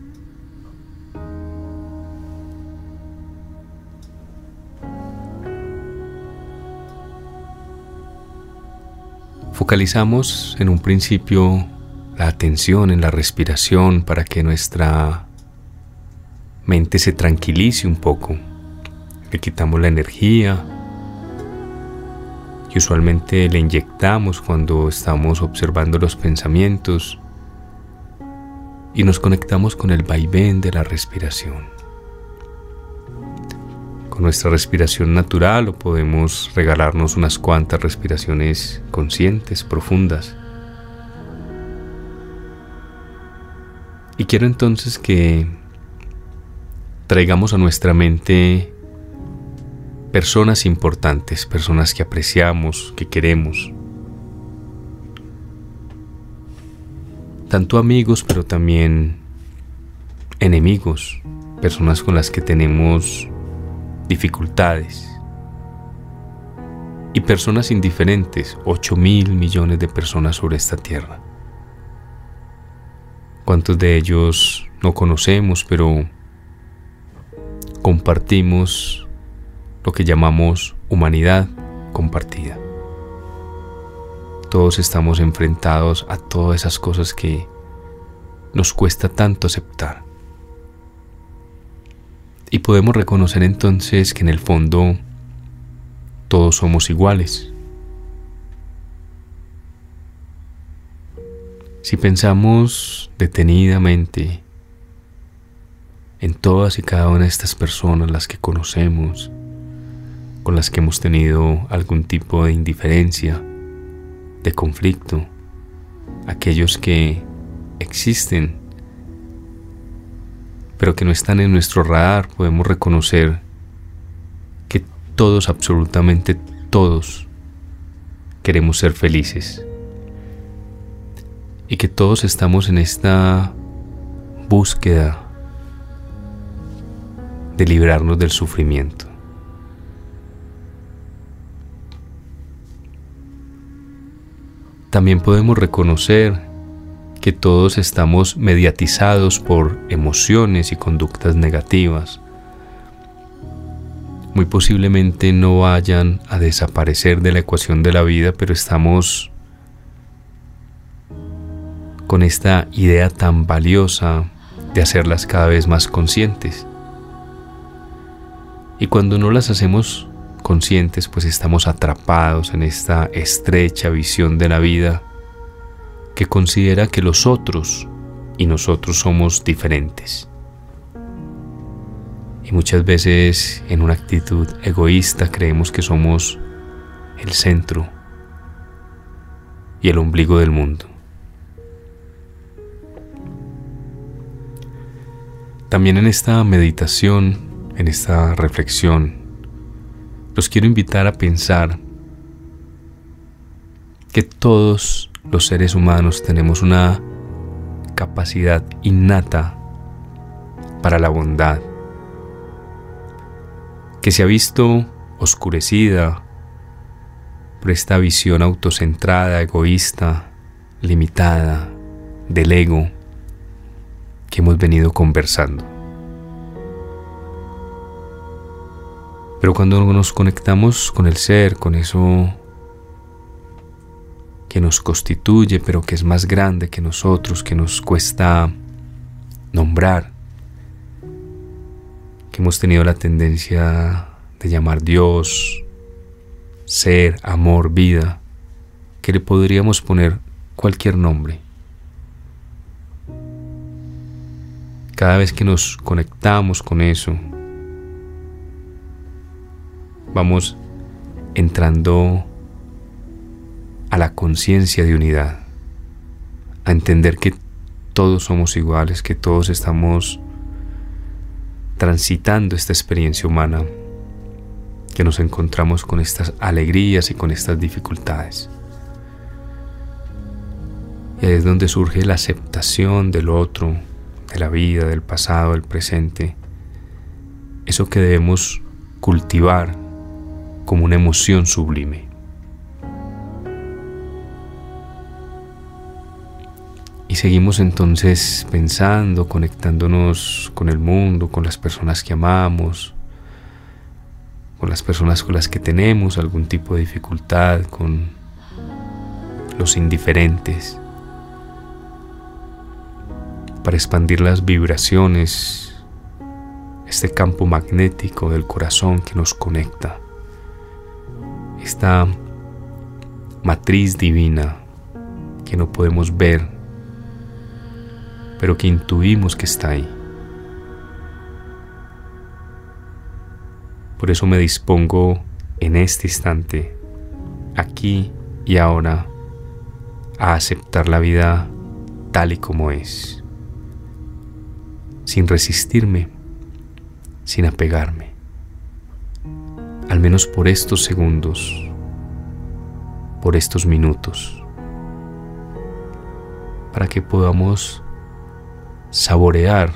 Focalizamos en un principio la atención en la respiración para que nuestra mente se tranquilice un poco. Le quitamos la energía que usualmente le inyectamos cuando estamos observando los pensamientos y nos conectamos con el vaivén de la respiración. con nuestra respiración natural, o podemos regalarnos unas cuantas respiraciones conscientes, profundas. Y quiero entonces que traigamos a nuestra mente personas importantes, personas que apreciamos, que queremos. Tanto amigos, pero también enemigos, personas con las que tenemos dificultades. Y personas indiferentes, 8.000 millones de personas sobre esta tierra. ¿Cuántos de ellos no conocemos, pero compartimos lo que llamamos humanidad compartida? Todos estamos enfrentados a todas esas cosas que nos cuesta tanto aceptar. Y podemos reconocer entonces que en el fondo todos somos iguales. Si pensamos detenidamente en todas y cada una de estas personas, las que conocemos, con las que hemos tenido algún tipo de indiferencia, de conflicto, aquellos que existen, pero que no están en nuestro radar, podemos reconocer que todos, absolutamente todos, queremos ser felices. Y que todos estamos en esta búsqueda de librarnos del sufrimiento. También podemos reconocer que todos estamos mediatizados por emociones y conductas negativas. Muy posiblemente no vayan a desaparecer de la ecuación de la vida, pero estamos con esta idea tan valiosa de hacerlas cada vez más conscientes. Y cuando no las hacemos conscientes, pues estamos atrapados en esta estrecha visión de la vida que considera que los otros y nosotros somos diferentes. Y muchas veces, en una actitud egoísta, creemos que somos el centro y el ombligo del mundo. También en esta meditación, en esta reflexión, los quiero invitar a pensar que todos los seres humanos tenemos una capacidad innata para la bondad, que se ha visto oscurecida por esta visión autocentrada, egoísta, limitada del ego que hemos venido conversando. Pero cuando nos conectamos con el ser, con eso que nos constituye, pero que es más grande que nosotros, que nos cuesta nombrar, que hemos tenido la tendencia de llamar Dios, ser, amor, vida, que le podríamos poner cualquier nombre. Cada vez que nos conectamos con eso, vamos entrando a la conciencia de unidad, a entender que todos somos iguales, que todos estamos transitando esta experiencia humana, que nos encontramos con estas alegrías y con estas dificultades. Y ahí es donde surge la aceptación del otro, de la vida, del pasado, del presente, eso que debemos cultivar como una emoción sublime. Y seguimos entonces pensando, conectándonos con el mundo, con las personas que amamos, con las personas con las que tenemos algún tipo de dificultad, con los indiferentes, para expandir las vibraciones, este campo magnético del corazón que nos conecta, esta matriz divina que no podemos ver, pero que intuimos que está ahí. Por eso me dispongo en este instante, aquí y ahora, a aceptar la vida tal y como es, sin resistirme, sin apegarme, al menos por estos segundos, por estos minutos, para que podamos saborear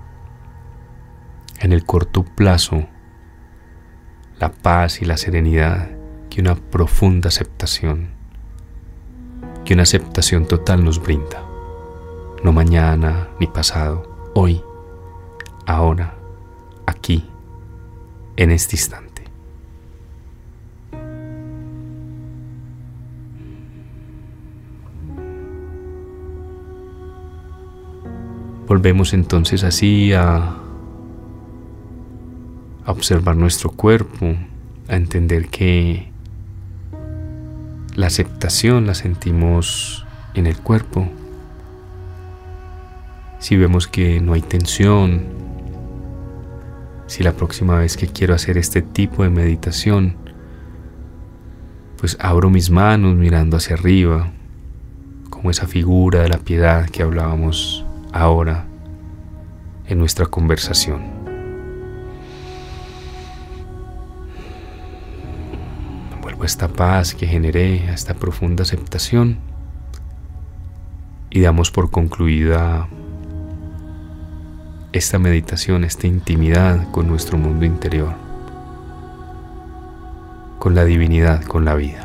en el corto plazo la paz y la serenidad que una profunda aceptación, que una aceptación total nos brinda. No mañana ni pasado, hoy, ahora, aquí, en este instante. Volvemos entonces así a observar nuestro cuerpo, a entender que la aceptación la sentimos en el cuerpo. Si vemos que no hay tensión, si la próxima vez que quiero hacer este tipo de meditación, pues abro mis manos mirando hacia arriba, como esa figura de la piedad que hablábamos ahora en nuestra conversación. Vuelvo a esta paz que generé, a esta profunda aceptación, y damos por concluida esta meditación, esta intimidad con nuestro mundo interior, con la divinidad, con la vida.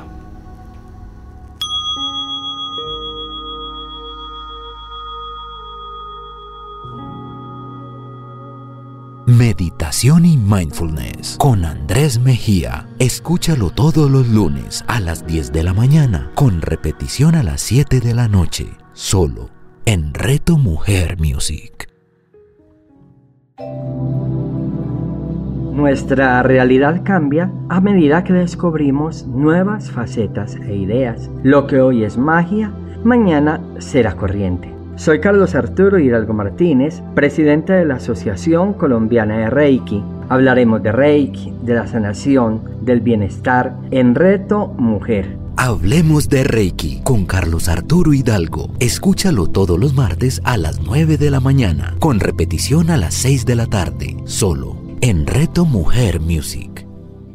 Meditación y Mindfulness con Andrés Mejía. Escúchalo todos los lunes a las 10 de la mañana, con repetición a las 7 de la noche, solo en Reto Mujer Music. Nuestra realidad cambia a medida que descubrimos nuevas facetas e ideas. Lo que hoy es magia, mañana será corriente. Soy Carlos Arturo Hidalgo Martínez, presidente de la Asociación Colombiana de Reiki. Hablaremos de Reiki, de la sanación, del bienestar en Reto Mujer. Hablemos de Reiki con Carlos Arturo Hidalgo. Escúchalo todos los martes a las 9 de la mañana, con repetición a las 6 de la tarde, solo en Reto Mujer Music.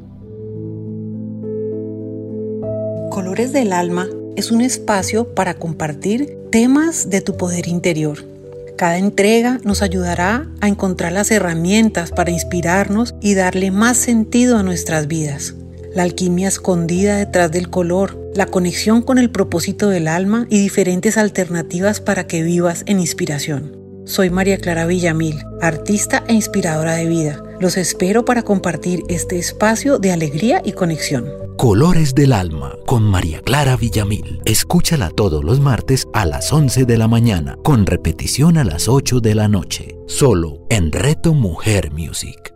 Colores del Alma es un espacio para compartir temas de tu poder interior. Cada entrega nos ayudará a encontrar las herramientas para inspirarnos y darle más sentido a nuestras vidas. La alquimia escondida detrás del color, la conexión con el propósito del alma y diferentes alternativas para que vivas en inspiración. Soy María Clara Villamil, artista e inspiradora de vida. Los espero para compartir este espacio de alegría y conexión. Colores del Alma con María Clara Villamil. Escúchala todos los martes a las 11 de la mañana, con repetición a las 8 de la noche, solo en Reto Mujer Music.